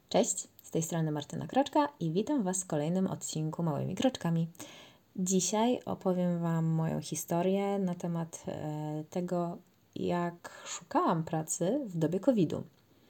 Cześć, z tej strony Martyna Kroczka i witam Was w kolejnym odcinku Małymi Kroczkami. Dzisiaj opowiem Wam moją historię na temat tego, jak szukałam pracy w dobie COVID-u.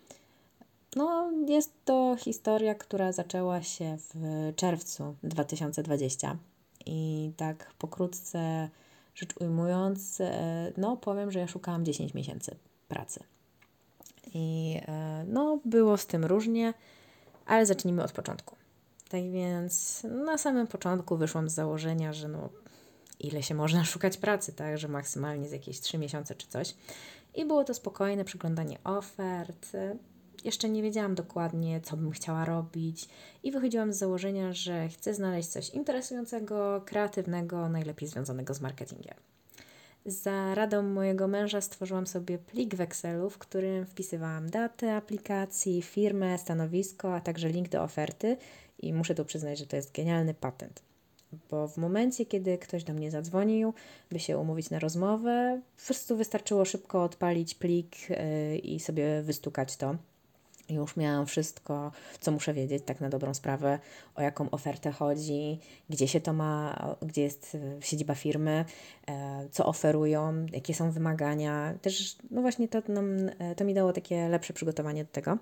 Jest to historia, która zaczęła się w czerwcu 2020 i tak pokrótce rzecz ujmując, powiem, że ja szukałam 10 miesięcy pracy. I było z tym różnie, ale zacznijmy od początku. Tak więc na samym początku wyszłam z założenia, że ile się można szukać pracy, tak, że maksymalnie z jakieś 3 miesiące czy coś. I było to spokojne przeglądanie ofert. Jeszcze nie wiedziałam dokładnie, co bym chciała robić i wychodziłam z założenia, że chcę znaleźć coś interesującego, kreatywnego, najlepiej związanego z marketingiem. Za radą mojego męża stworzyłam sobie plik w Excelu, w którym wpisywałam datę aplikacji, firmę, stanowisko, a także link do oferty i muszę tu przyznać, że to jest genialny patent. Bo w momencie, kiedy ktoś do mnie zadzwonił, by się umówić na rozmowę, po prostu wystarczyło szybko odpalić plik i sobie wystukać to. Już miałam wszystko, co muszę wiedzieć, tak na dobrą sprawę, o jaką ofertę chodzi, gdzie się to ma, gdzie jest siedziba firmy, co oferują, jakie są wymagania. Też, właśnie to mi dało takie lepsze przygotowanie do tego.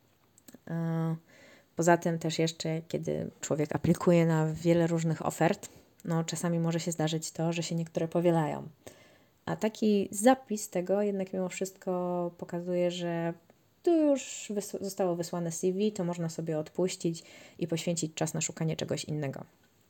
Poza tym też jeszcze, kiedy człowiek aplikuje na wiele różnych ofert, czasami może się zdarzyć to, że się niektóre powielają. A taki zapis tego jednak mimo wszystko pokazuje, że tu już zostało wysłane CV, to można sobie odpuścić i poświęcić czas na szukanie czegoś innego.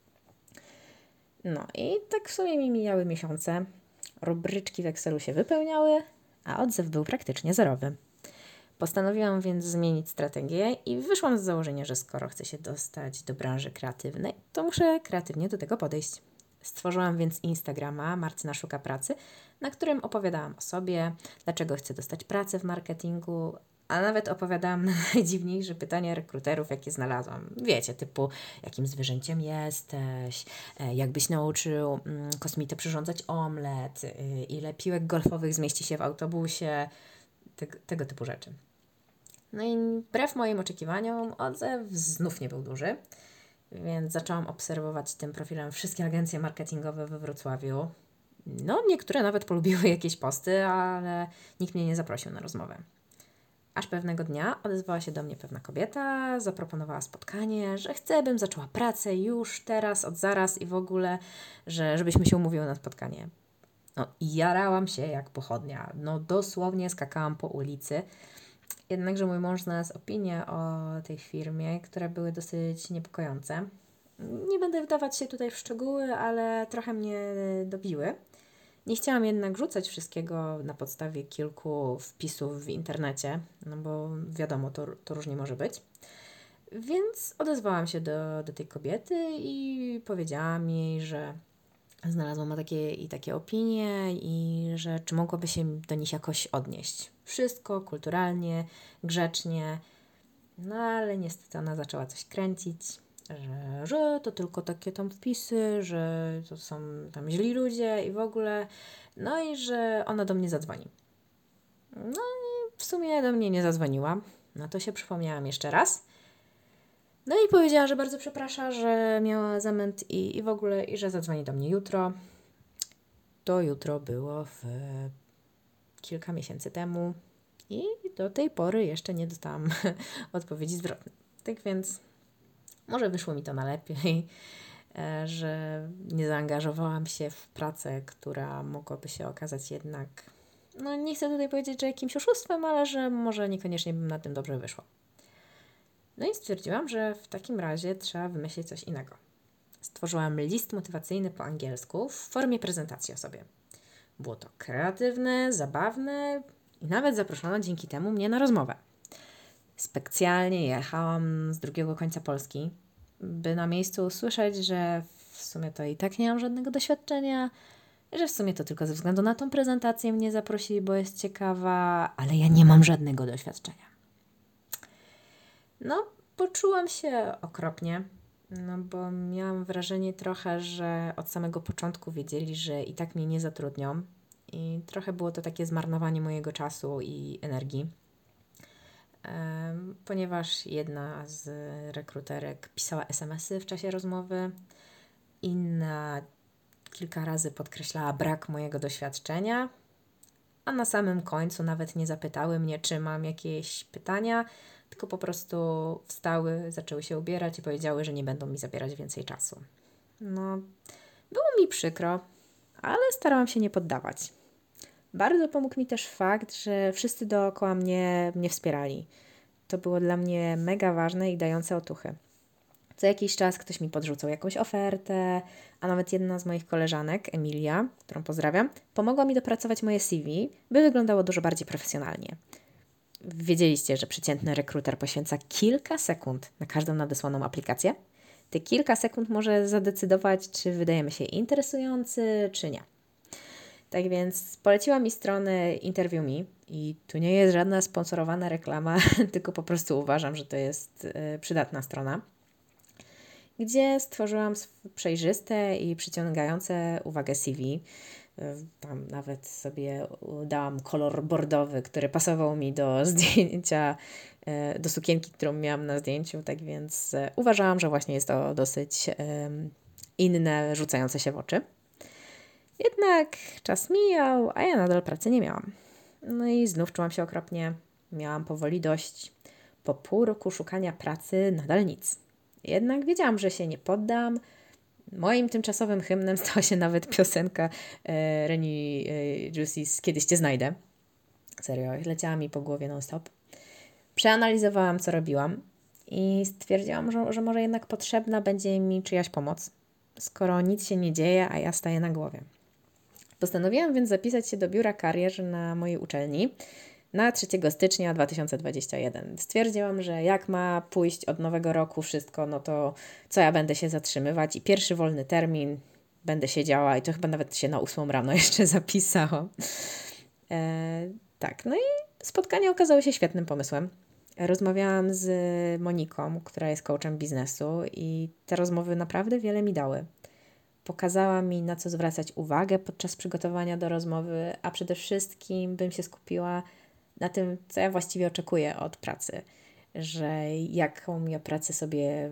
I tak w sumie mi mijały miesiące, rubryczki w Excelu się wypełniały, a odzew był praktycznie zerowy. Postanowiłam więc zmienić strategię i wyszłam z założenia, że skoro chcę się dostać do branży kreatywnej, to muszę kreatywnie do tego podejść. Stworzyłam więc Instagrama Martyna Szuka Pracy, na którym opowiadałam o sobie, dlaczego chcę dostać pracę w marketingu, a nawet opowiadałam na najdziwniejsze pytania rekruterów, jakie znalazłam. Wiecie, typu jakim zwierzęciem jesteś, jakbyś nauczył kosmitę przyrządzać omlet, ile piłek golfowych zmieści się w autobusie, tego typu rzeczy. I wbrew moim oczekiwaniom odzew znów nie był duży, więc zaczęłam obserwować tym profilem wszystkie agencje marketingowe we Wrocławiu. Niektóre nawet polubiły jakieś posty, ale nikt mnie nie zaprosił na rozmowę. Aż pewnego dnia odezwała się do mnie pewna kobieta, zaproponowała spotkanie, że chce, bym zaczęła pracę już, teraz, od zaraz i w ogóle, żebyśmy się umówiły na spotkanie. I jarałam się jak pochodnia. Dosłownie skakałam po ulicy. Jednakże mój mąż znalazł opinię o tej firmie, które były dosyć niepokojące. Nie będę wdawać się tutaj w szczegóły, ale trochę mnie dobiły. Nie chciałam jednak rzucać wszystkiego na podstawie kilku wpisów w internecie, bo wiadomo, to różnie może być. Więc odezwałam się do tej kobiety i powiedziałam jej, że znalazłam takie i takie opinie i że czy mogłaby się do nich jakoś odnieść. Wszystko kulturalnie, grzecznie, ale niestety ona zaczęła coś kręcić, że to tylko takie tam wpisy, że to są tam źli ludzie i w ogóle, i że ona do mnie zadzwoni. I w sumie do mnie nie zadzwoniła. To się przypomniałam jeszcze raz. I powiedziała, że bardzo przeprasza, że miała zamęt i w ogóle, i że zadzwoni do mnie jutro. To jutro było kilka miesięcy temu i do tej pory jeszcze nie dostałam odpowiedzi zwrotnej. Tak więc może wyszło mi to na lepiej, że nie zaangażowałam się w pracę, która mogłaby się okazać jednak, nie chcę tutaj powiedzieć, że jakimś oszustwem, ale że może niekoniecznie bym na tym dobrze wyszła. I stwierdziłam, że w takim razie trzeba wymyślić coś innego. Stworzyłam list motywacyjny po angielsku w formie prezentacji o sobie. Było to kreatywne, zabawne i nawet zaproszono dzięki temu mnie na rozmowę. Specjalnie jechałam z drugiego końca Polski, by na miejscu usłyszeć, że w sumie to i tak nie mam żadnego doświadczenia, że w sumie to tylko ze względu na tą prezentację mnie zaprosili, bo jest ciekawa, ale ja nie mam żadnego doświadczenia. Poczułam się okropnie, bo miałam wrażenie trochę, że od samego początku wiedzieli, że i tak mnie nie zatrudnią i trochę było to takie zmarnowanie mojego czasu i energii. ponieważ jedna z rekruterek pisała SMS-y w czasie rozmowy, inna kilka razy podkreślała brak mojego doświadczenia, a na samym końcu nawet nie zapytały mnie, czy mam jakieś pytania, tylko po prostu wstały, zaczęły się ubierać i powiedziały, że nie będą mi zabierać więcej czasu. No, było mi przykro, ale starałam się nie poddawać. Bardzo pomógł mi też fakt, że wszyscy dookoła mnie wspierali. To było dla mnie mega ważne i dające otuchy. Co jakiś czas ktoś mi podrzucał jakąś ofertę, a nawet jedna z moich koleżanek, Emilia, którą pozdrawiam, pomogła mi dopracować moje CV, by wyglądało dużo bardziej profesjonalnie. Wiedzieliście, że przeciętny rekruter poświęca kilka sekund na każdą nadesłaną aplikację? Te kilka sekund może zadecydować, czy wydajemy się interesujący, czy nie. Tak więc poleciła mi stronę Interview Me i tu nie jest żadna sponsorowana reklama, tylko po prostu uważam, że to jest przydatna strona, gdzie stworzyłam przejrzyste i przyciągające uwagę CV. Tam nawet sobie dałam kolor bordowy, który pasował mi do zdjęcia, do sukienki, którą miałam na zdjęciu, tak więc uważałam, że właśnie jest to dosyć inne, rzucające się w oczy. Jednak czas mijał, a ja nadal pracy nie miałam. No i znów czułam się okropnie, miałam powoli dość. Po pół roku szukania pracy nadal nic. Jednak wiedziałam, że się nie poddam. Moim tymczasowym hymnem stała się nawet piosenka Reni Juicy's Kiedyś Cię znajdę. Serio, leciała mi po głowie non-stop. Przeanalizowałam, co robiłam i stwierdziłam, że może jednak potrzebna będzie mi czyjaś pomoc, skoro nic się nie dzieje, a ja staję na głowie. Postanowiłam więc zapisać się do biura karier na mojej uczelni na 3 stycznia 2021. Stwierdziłam, że jak ma pójść od nowego roku wszystko, no to co ja będę się zatrzymywać i pierwszy wolny termin będę siedziała i to chyba nawet się na 8 rano jeszcze zapisałam. Tak, no i spotkanie okazało się świetnym pomysłem. Rozmawiałam z Moniką, która jest coachem biznesu i te rozmowy naprawdę wiele mi dały. Pokazała mi, na co zwracać uwagę podczas przygotowania do rozmowy, a przede wszystkim bym się skupiła na tym, co ja właściwie oczekuję od pracy. Że jaką ja pracę sobie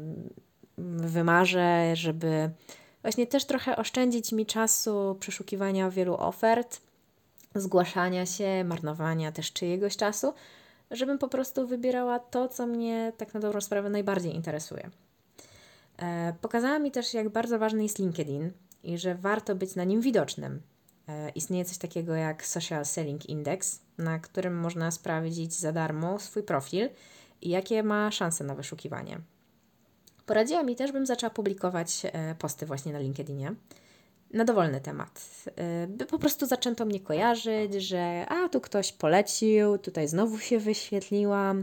wymarzę, żeby właśnie też trochę oszczędzić mi czasu przeszukiwania wielu ofert, zgłaszania się, marnowania też czyjegoś czasu, żebym po prostu wybierała to, co mnie tak na dobrą sprawę najbardziej interesuje. Pokazała mi też, jak bardzo ważny jest LinkedIn i że warto być na nim widocznym. Istnieje coś takiego jak Social Selling Index, na którym można sprawdzić za darmo swój profil i jakie ma szanse na wyszukiwanie. Poradziła mi też, bym zaczęła publikować posty właśnie na LinkedInie na dowolny temat, by po prostu zaczęto mnie kojarzyć, że tu ktoś polecił, tutaj znowu się wyświetliłam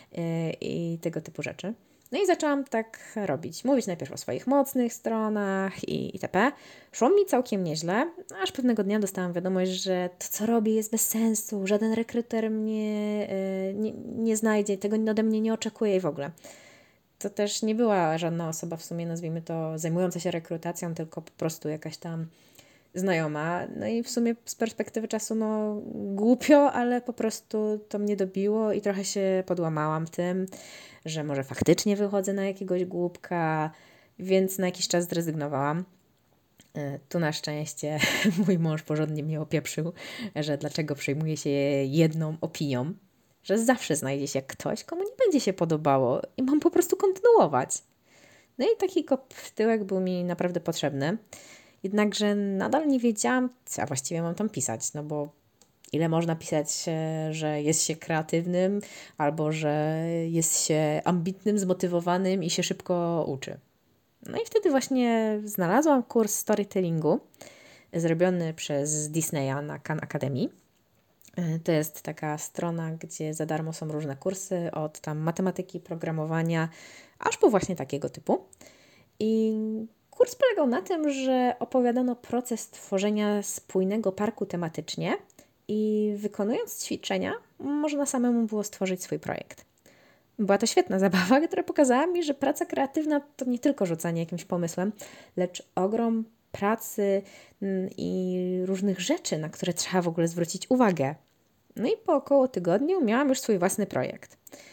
i tego typu rzeczy. No i zaczęłam tak robić. Mówić najpierw o swoich mocnych stronach i itp. Szło mi całkiem nieźle, aż pewnego dnia dostałam wiadomość, że to, co robię, jest bez sensu. Żaden rekruter mnie nie znajdzie, tego ode mnie nie oczekuje i w ogóle. To też nie była żadna osoba w sumie, nazwijmy to, zajmująca się rekrutacją, tylko po prostu jakaś tam znajoma. No i w sumie z perspektywy czasu, głupio, ale po prostu to mnie dobiło i trochę się podłamałam tym, że może faktycznie wychodzę na jakiegoś głupka, więc na jakiś czas zrezygnowałam. Tu na szczęście mój mąż porządnie mnie opieprzył, że dlaczego przejmuję się jedną opinią, że zawsze znajdzie się ktoś, komu nie będzie się podobało i mam po prostu kontynuować. No i taki kop w tyłek był mi naprawdę potrzebny. Jednakże nadal nie wiedziałam, co ja właściwie mam tam pisać, bo ile można pisać, że jest się kreatywnym albo że jest się ambitnym, zmotywowanym i się szybko uczy. No i wtedy właśnie znalazłam kurs storytellingu zrobiony przez Disneya na Khan Academy. To jest taka strona, gdzie za darmo są różne kursy od tam matematyki, programowania, aż po właśnie takiego typu. I kurs polegał na tym, że opowiadano proces tworzenia spójnego parku tematycznie i wykonując ćwiczenia, można samemu było stworzyć swój projekt. Była to świetna zabawa, która pokazała mi, że praca kreatywna to nie tylko rzucanie jakimś pomysłem, lecz ogrom pracy i różnych rzeczy, na które trzeba w ogóle zwrócić uwagę. No i po około tygodniu miałam już swój własny projekt.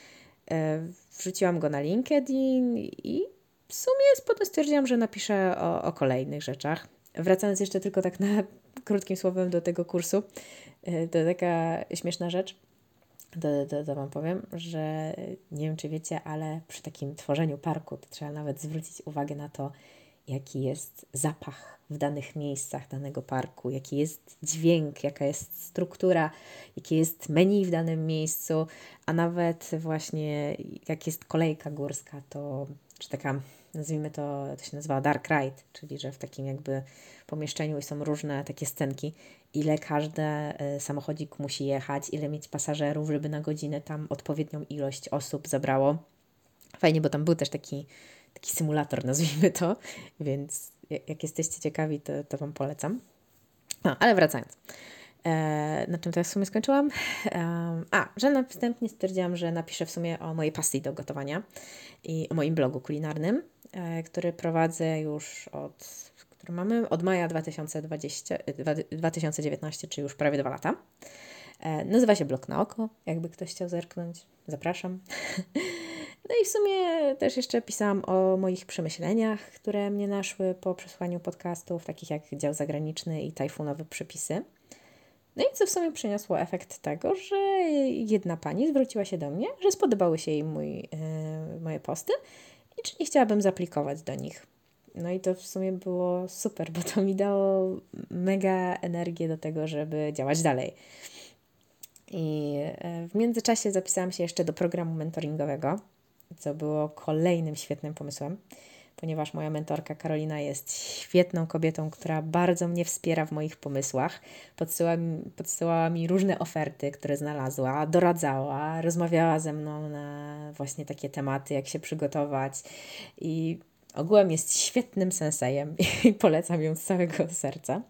Wrzuciłam go na LinkedIn i w sumie potem stwierdziłam, że napiszę o kolejnych rzeczach. Wracając jeszcze tylko tak na krótkim słowem do tego kursu, to taka śmieszna rzecz. To Wam powiem, że nie wiem, czy wiecie, ale przy takim tworzeniu parku to trzeba nawet zwrócić uwagę na to, jaki jest zapach w danych miejscach danego parku, jaki jest dźwięk, jaka jest struktura, jakie jest menu w danym miejscu, a nawet właśnie jak jest kolejka górska, to czy taka, nazwijmy to się nazywa dark ride, czyli że w takim jakby pomieszczeniu są różne takie scenki, ile każdy samochodzik musi jechać, ile mieć pasażerów, żeby na godzinę tam odpowiednią ilość osób zabrało. Fajnie, bo tam był też taki symulator, nazwijmy to, więc jak jesteście ciekawi, to Wam polecam. No, ale wracając. Na czym teraz w sumie skończyłam? Że następnie stwierdziłam, że napiszę w sumie o mojej pasji do gotowania i o moim blogu kulinarnym, który prowadzę już od maja 2019, czyli już prawie 2 lata. Nazywa się Blog na oko, jakby ktoś chciał zerknąć. Zapraszam. No i w sumie też jeszcze pisałam o moich przemyśleniach, które mnie naszły po przesłuchaniu podcastów, takich jak Dział Zagraniczny i Tajfunowe Przepisy. No i co w sumie przyniosło efekt tego, że jedna pani zwróciła się do mnie, że spodobały się jej moje posty i czy nie chciałabym zaaplikować do nich. No i to w sumie było super, bo to mi dało mega energię do tego, żeby działać dalej. I w międzyczasie zapisałam się jeszcze do programu mentoringowego, co było kolejnym świetnym pomysłem, ponieważ moja mentorka Karolina jest świetną kobietą, która bardzo mnie wspiera w moich pomysłach. Podsyłała mi różne oferty, które znalazła, doradzała, rozmawiała ze mną na właśnie takie tematy, jak się przygotować i ogółem jest świetnym sensejem i polecam ją z całego serca.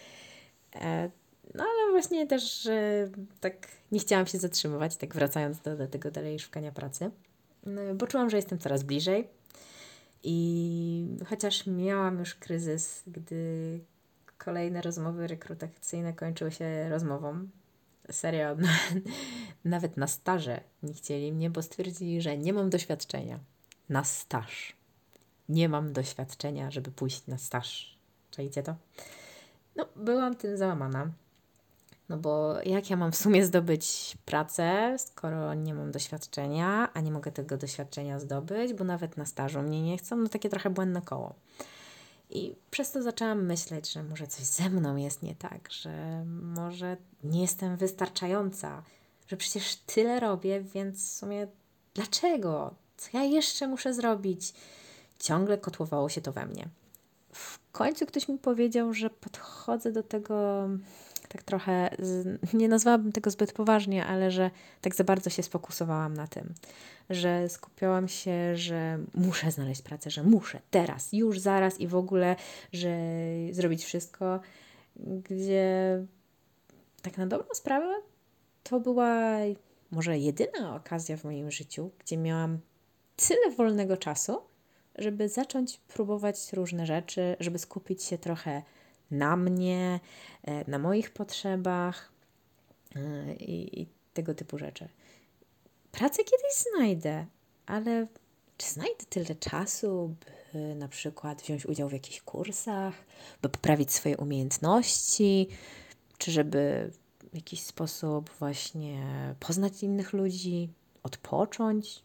No ale właśnie też tak nie chciałam się zatrzymywać, tak wracając do tego dalej szukania pracy, bo czułam, że jestem coraz bliżej i chociaż miałam już kryzys, gdy kolejne rozmowy rekrutacyjne kończyły się rozmową, serio, nawet na staże nie chcieli mnie, bo stwierdzili, że nie mam doświadczenia na staż. Nie mam doświadczenia, żeby pójść na staż. Czajcie to? No, byłam tym załamana. No bo jak ja mam w sumie zdobyć pracę, skoro nie mam doświadczenia, a nie mogę tego doświadczenia zdobyć, bo nawet na stażu mnie nie chcą, no takie trochę błędne koło. I przez to zaczęłam myśleć, że może coś ze mną jest nie tak, że może nie jestem wystarczająca, że przecież tyle robię, więc w sumie dlaczego? Co ja jeszcze muszę zrobić? Ciągle kotłowało się to we mnie. W końcu ktoś mi powiedział, że podchodzę do tego tak trochę, nie nazwałabym tego zbyt poważnie, ale że tak za bardzo się sfokusowałam na tym, że skupiałam się, że muszę znaleźć pracę, że muszę teraz, już zaraz i w ogóle, że zrobić wszystko, gdzie tak na dobrą sprawę to była może jedyna okazja w moim życiu, gdzie miałam tyle wolnego czasu, żeby zacząć próbować różne rzeczy, żeby skupić się trochę na mnie, na moich potrzebach i tego typu rzeczy. Pracę kiedyś znajdę, ale czy znajdę tyle czasu, by na przykład wziąć udział w jakichś kursach, by poprawić swoje umiejętności, czy żeby w jakiś sposób właśnie poznać innych ludzi, odpocząć?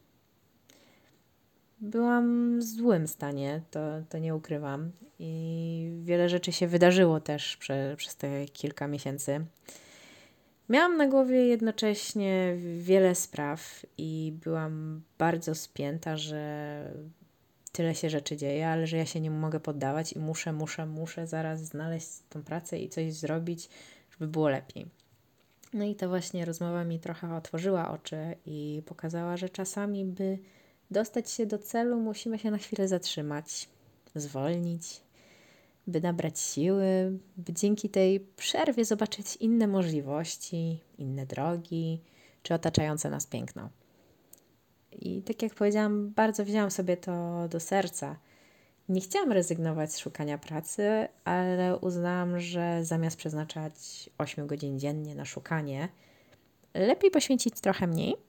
Byłam w złym stanie, to nie ukrywam. I wiele rzeczy się wydarzyło też przez te kilka miesięcy. Miałam na głowie jednocześnie wiele spraw i byłam bardzo spięta, że tyle się rzeczy dzieje, ale że ja się nie mogę poddawać i muszę zaraz znaleźć tą pracę i coś zrobić, żeby było lepiej. No i ta właśnie rozmowa mi trochę otworzyła oczy i pokazała, że czasami, by dostać się do celu, musimy się na chwilę zatrzymać, zwolnić, by nabrać siły, by dzięki tej przerwie zobaczyć inne możliwości, inne drogi, czy otaczające nas piękno. I tak jak powiedziałam, bardzo wzięłam sobie to do serca. Nie chciałam rezygnować z szukania pracy, ale uznałam, że zamiast przeznaczać 8 godzin dziennie na szukanie, lepiej poświęcić trochę mniej,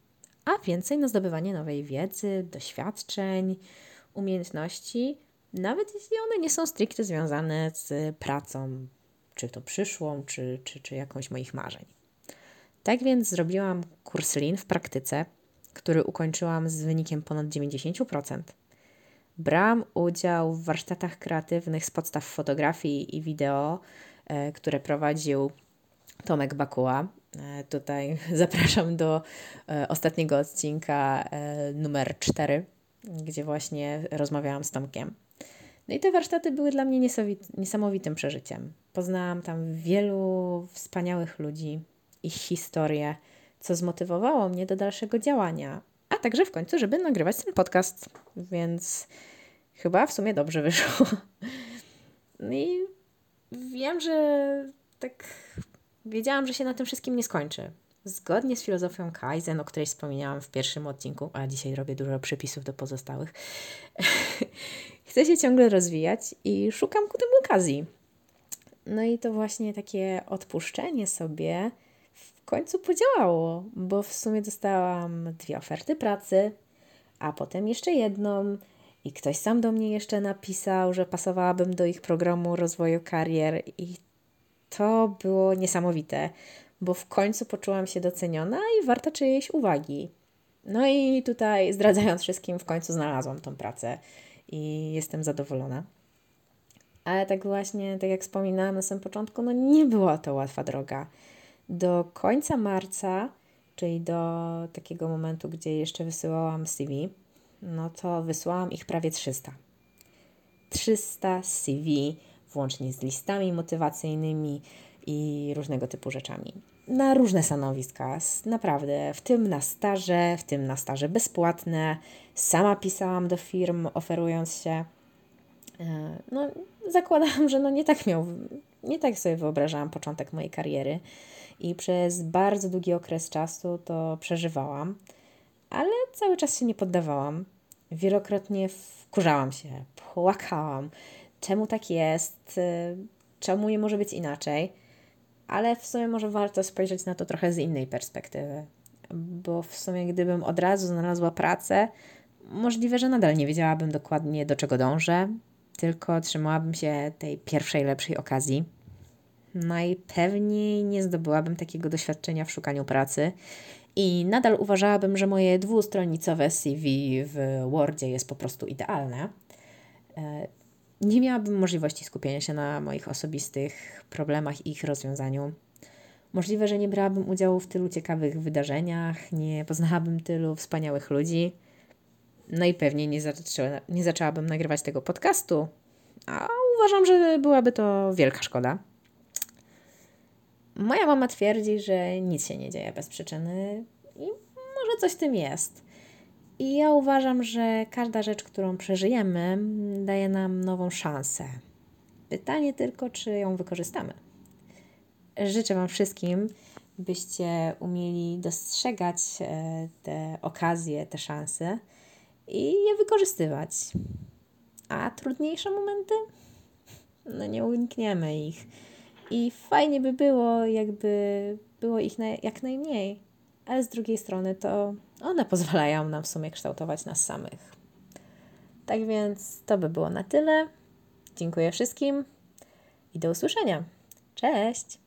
a więcej na zdobywanie nowej wiedzy, doświadczeń, umiejętności, nawet jeśli one nie są stricte związane z pracą, czy to przyszłą, czy jakąś moich marzeń. Tak więc zrobiłam kurs Lean w praktyce, który ukończyłam z wynikiem ponad 90%. Brałam udział w warsztatach kreatywnych z podstaw fotografii i wideo, które prowadził Tomek Bakuła. Tutaj zapraszam do ostatniego odcinka numer 4, gdzie właśnie rozmawiałam z Tomkiem. No i te warsztaty były dla mnie niesamowitym przeżyciem. Poznałam tam wielu wspaniałych ludzi, ich historie, co zmotywowało mnie do dalszego działania, a także w końcu, żeby nagrywać ten podcast, więc chyba w sumie dobrze wyszło. No i wiem, że tak wiedziałam, że się na tym wszystkim nie skończy. Zgodnie z filozofią Kaizen, o której wspomniałam w pierwszym odcinku, a dzisiaj robię dużo przepisów do pozostałych, chcę się ciągle rozwijać i szukam ku temu okazji. No i to właśnie takie odpuszczenie sobie w końcu podziałało, bo w sumie dostałam 2 oferty pracy, a potem jeszcze jedną i ktoś sam do mnie jeszcze napisał, że pasowałabym do ich programu rozwoju karier i to było niesamowite, bo w końcu poczułam się doceniona i warta czyjejś uwagi. No i tutaj zdradzając wszystkim, w końcu znalazłam tą pracę i jestem zadowolona. Ale tak właśnie, tak jak wspominałam na samym początku, no nie była to łatwa droga. Do końca marca, czyli do takiego momentu, gdzie jeszcze wysyłałam CV, no to wysłałam ich prawie 300. 300 CV, włącznie z listami motywacyjnymi i różnego typu rzeczami. Na różne stanowiska, naprawdę, w tym na staże bezpłatne. Sama pisałam do firm, oferując się. No, zakładam, że nie tak sobie wyobrażałam początek mojej kariery i przez bardzo długi okres czasu to przeżywałam, ale cały czas się nie poddawałam. Wielokrotnie wkurzałam się, płakałam, czemu tak jest, czemu nie może być inaczej, ale w sumie może warto spojrzeć na to trochę z innej perspektywy, bo w sumie gdybym od razu znalazła pracę, możliwe, że nadal nie wiedziałabym dokładnie do czego dążę, tylko trzymałabym się tej pierwszej, lepszej okazji. Najpewniej nie zdobyłabym takiego doświadczenia w szukaniu pracy i nadal uważałabym, że moje 2-stronicowe CV w Wordzie jest po prostu idealne. Nie miałabym możliwości skupienia się na moich osobistych problemach i ich rozwiązaniu. Możliwe, że nie brałabym udziału w tylu ciekawych wydarzeniach, nie poznałabym tylu wspaniałych ludzi. No i pewnie nie zaczęłabym nagrywać tego podcastu, a uważam, że byłaby to wielka szkoda. Moja mama twierdzi, że nic się nie dzieje bez przyczyny i może coś w tym jest. I ja uważam, że każda rzecz, którą przeżyjemy, daje nam nową szansę. Pytanie tylko, czy ją wykorzystamy. Życzę Wam wszystkim, byście umieli dostrzegać te okazje, te szanse i je wykorzystywać. A trudniejsze momenty? No nie unikniemy ich. I fajnie by było, jakby było ich jak najmniej. Ale z drugiej strony to one pozwalają nam w sumie kształtować nas samych. Tak więc to by było na tyle. Dziękuję wszystkim i do usłyszenia. Cześć!